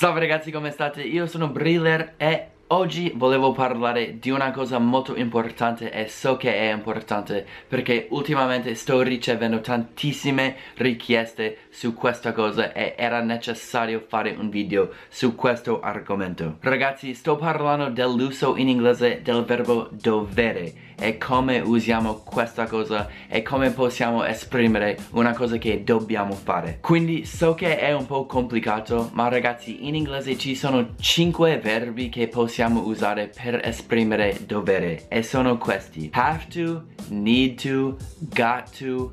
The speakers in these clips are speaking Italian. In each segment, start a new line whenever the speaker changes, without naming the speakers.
Salve ragazzi, come state? Io sono Briller e oggi volevo parlare di una cosa molto importante e so che è importante perché ultimamente sto ricevendo tantissime richieste su questa cosa e era necessario fare un video su questo argomento. Ragazzi, sto parlando dell'uso in inglese del verbo dovere e come usiamo questa cosa e come possiamo esprimere una cosa che dobbiamo fare. Quindi so che è un po' complicato, ma ragazzi, in inglese ci sono 5 verbi che possiamo usare per esprimere dovere e sono questi: have to, need to, got to,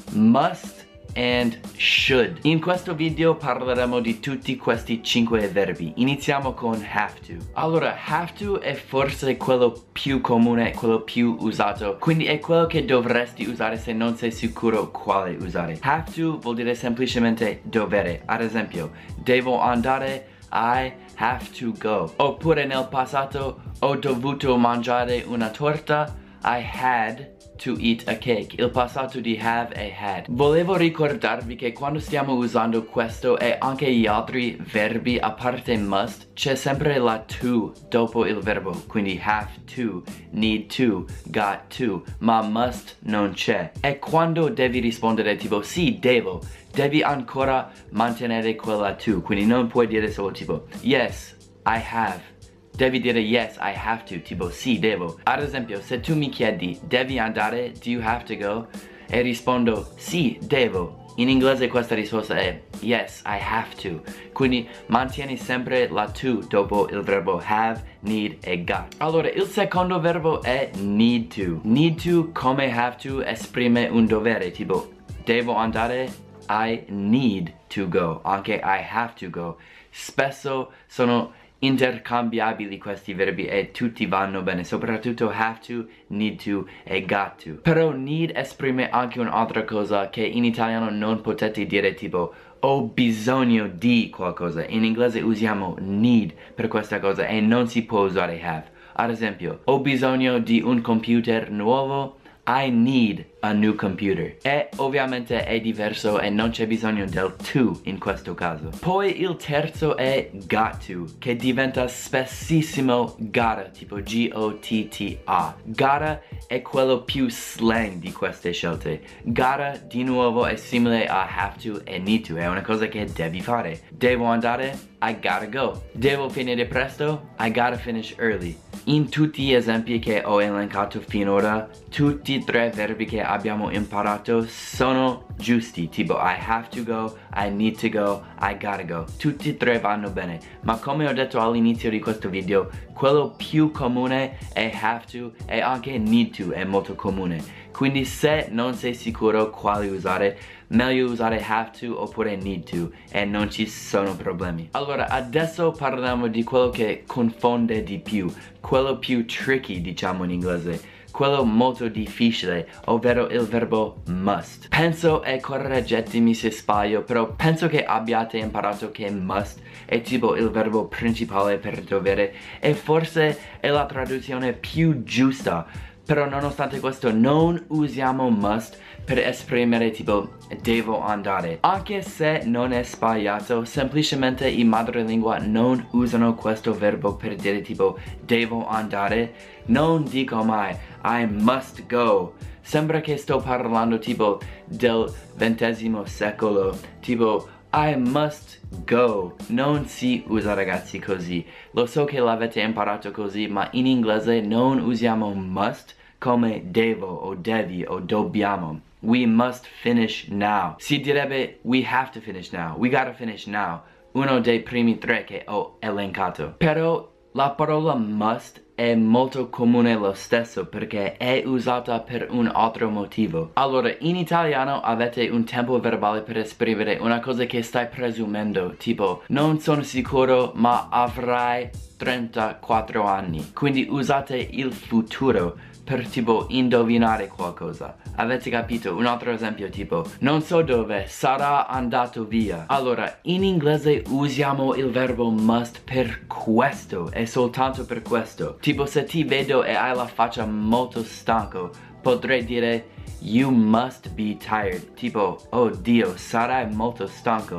must and should. In questo video parleremo di tutti questi 5 verbi. Iniziamo con have to. Allora, have to è forse quello più comune, quello più usato, quindi è quello che dovresti usare se non sei sicuro quale usare. Have to vuol dire semplicemente dovere. Ad esempio, devo andare, I have to go. Oppure nel passato, ho dovuto mangiare una torta, I had to eat a cake. Il passato di have e had. Volevo ricordarvi che quando stiamo usando questo e anche gli altri verbi a parte must, c'è sempre la to dopo il verbo. Quindi have to, need to, got to, ma must non c'è. E quando devi rispondere tipo sì, devo, devi ancora mantenere quella to. Quindi non puoi dire solo tipo yes, I have. Devi dire yes, I have to, tipo sì, devo. Ad esempio, se tu mi chiedi devi andare, do you have to go? E rispondo sì, devo. In inglese questa risposta è yes, I have to. Quindi mantieni sempre la to dopo il verbo have, need e got. Allora, il secondo verbo è need to. Need to, come have to, esprime un dovere, tipo devo andare, I need to go. Anche I have to go. Spesso sono intercambiabili questi verbi e tutti vanno bene, soprattutto have to, need to e got to. Però need esprime anche un'altra cosa che in italiano non potete dire, tipo ho bisogno di qualcosa. In inglese usiamo need per questa cosa e non si può usare have. Ad esempio, ho bisogno di un computer nuovo, I need a new computer. E ovviamente è diverso e non c'è bisogno del to in questo caso. Poi il terzo è got to, che diventa spessissimo gotta, tipo G-O-T-T-A. Gotta è quello più slang di queste scelte. Gotta di nuovo è simile a have to e need to, è una cosa che devi fare. Devo andare, I gotta go. Devo finire presto, I gotta finish early. In tutti gli esempi che ho elencato finora, tutti e tre verbi che abbiamo imparato sono giusti, tipo I have to go, I need to go, I gotta go. Tutti e tre vanno bene, ma come ho detto all'inizio di questo video, quello più comune è have to e anche need to è molto comune. Quindi se non sei sicuro quale usare, meglio usare have to oppure need to e non ci sono problemi. Allora, adesso parliamo di quello che confonde di più, quello più tricky, diciamo in inglese, quello molto difficile, ovvero il verbo must. Penso, e correggetemi se sbaglio, però penso che abbiate imparato che must è tipo il verbo principale per dovere e forse è la traduzione più giusta. Però nonostante questo non usiamo must per esprimere tipo devo andare. Anche se non è sbagliato, semplicemente i madrelingua non usano questo verbo per dire tipo devo andare. Non dico mai I must go. Sembra che sto parlando tipo del XX secolo, tipo I must go. Non si usa ragazzi così. Lo so che l'avete imparato così, ma in inglese non usiamo must come devo o devi o dobbiamo. We must finish now. Si direbbe we have to finish now. We gotta finish now. Uno dei primi tre che ho elencato. Però la parola must è molto comune lo stesso perché è usata per un altro motivo. Allora, in italiano avete un tempo verbale per esprimere una cosa che stai presumendo, tipo non sono sicuro ma avrai 34 anni. Quindi usate il futuro per tipo indovinare qualcosa. Avete capito? Un altro esempio tipo non so dove, sarà andato via. Allora, in inglese usiamo il verbo must per questo e soltanto per questo. Tipo se ti vedo e hai la faccia molto stanco, potrei dire you must be tired. Tipo, oh Dio, sarai molto stanco.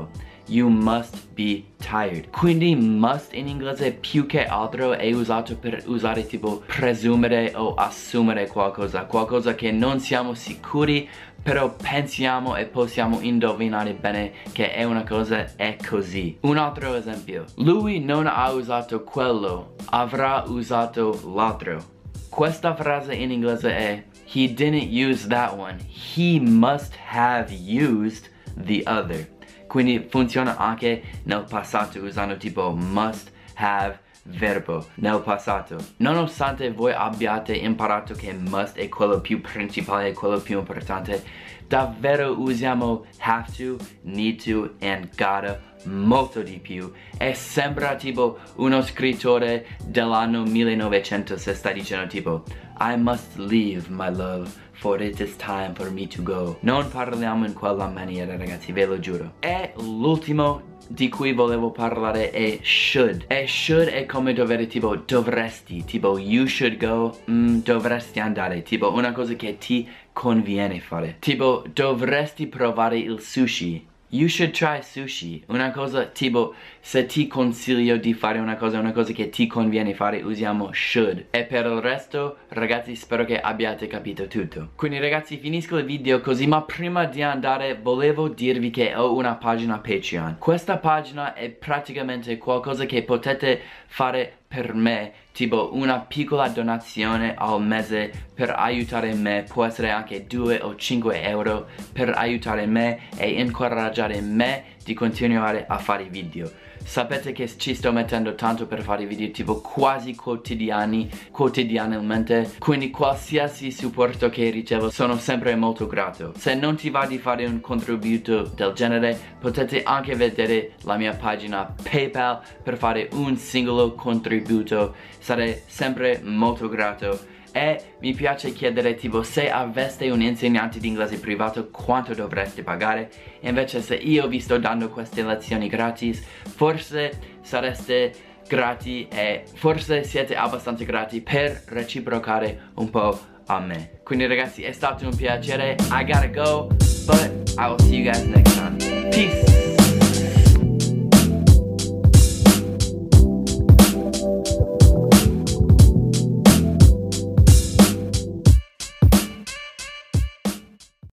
you must be tired. Quindi must in inglese più che altro è usato per usare tipo presumere o assumere qualcosa che non siamo sicuri, però pensiamo e possiamo indovinare bene che è una cosa è così. Un altro esempio: lui non ha usato quello, avrà usato l'altro. Questa frase in inglese è he didn't use that one, he must have used the other. Quindi funziona anche nel passato usando tipo must have verbo nel passato. Nonostante voi abbiate imparato che must è quello più principale, è quello più importante, davvero usiamo have to, need to and gotta molto di più, e sembra tipo uno scrittore dell'anno 1900 se sta dicendo tipo I must leave my love, for it is time for me to go. Non parliamo in quella maniera, ragazzi, ve lo giuro. E l'ultimo di cui volevo parlare è should. E should è come dovere, tipo dovresti, tipo you should go, dovresti andare, tipo una cosa che ti conviene fare. Tipo dovresti provare il sushi, you should try sushi. Una cosa tipo se ti consiglio di fare una cosa che ti conviene fare, usiamo should. E per il resto, ragazzi, spero che abbiate capito tutto. Quindi ragazzi, finisco il video così, ma prima di andare volevo dirvi che ho una pagina Patreon. Questa pagina è praticamente qualcosa che potete fare per me, tipo una piccola donazione al mese per aiutare me, può essere anche 2 o 5 euro per aiutare me e incoraggiare me di continuare a fare video. Sapete che ci sto mettendo tanto per fare video tipo quasi quotidianamente, quindi qualsiasi supporto che ricevo sono sempre molto grato. Se non ti va di fare un contributo del genere, potete anche vedere la mia pagina PayPal per fare un singolo contributo, sarei sempre molto grato. E mi piace chiedere tipo se aveste un insegnante di inglese privato quanto dovreste pagare. Invece se io vi sto dando queste lezioni gratis, forse sareste grati e forse siete abbastanza grati per reciprocare un po' a me. Quindi ragazzi, è stato un piacere. I gotta go, but I will see you guys next time. Peace!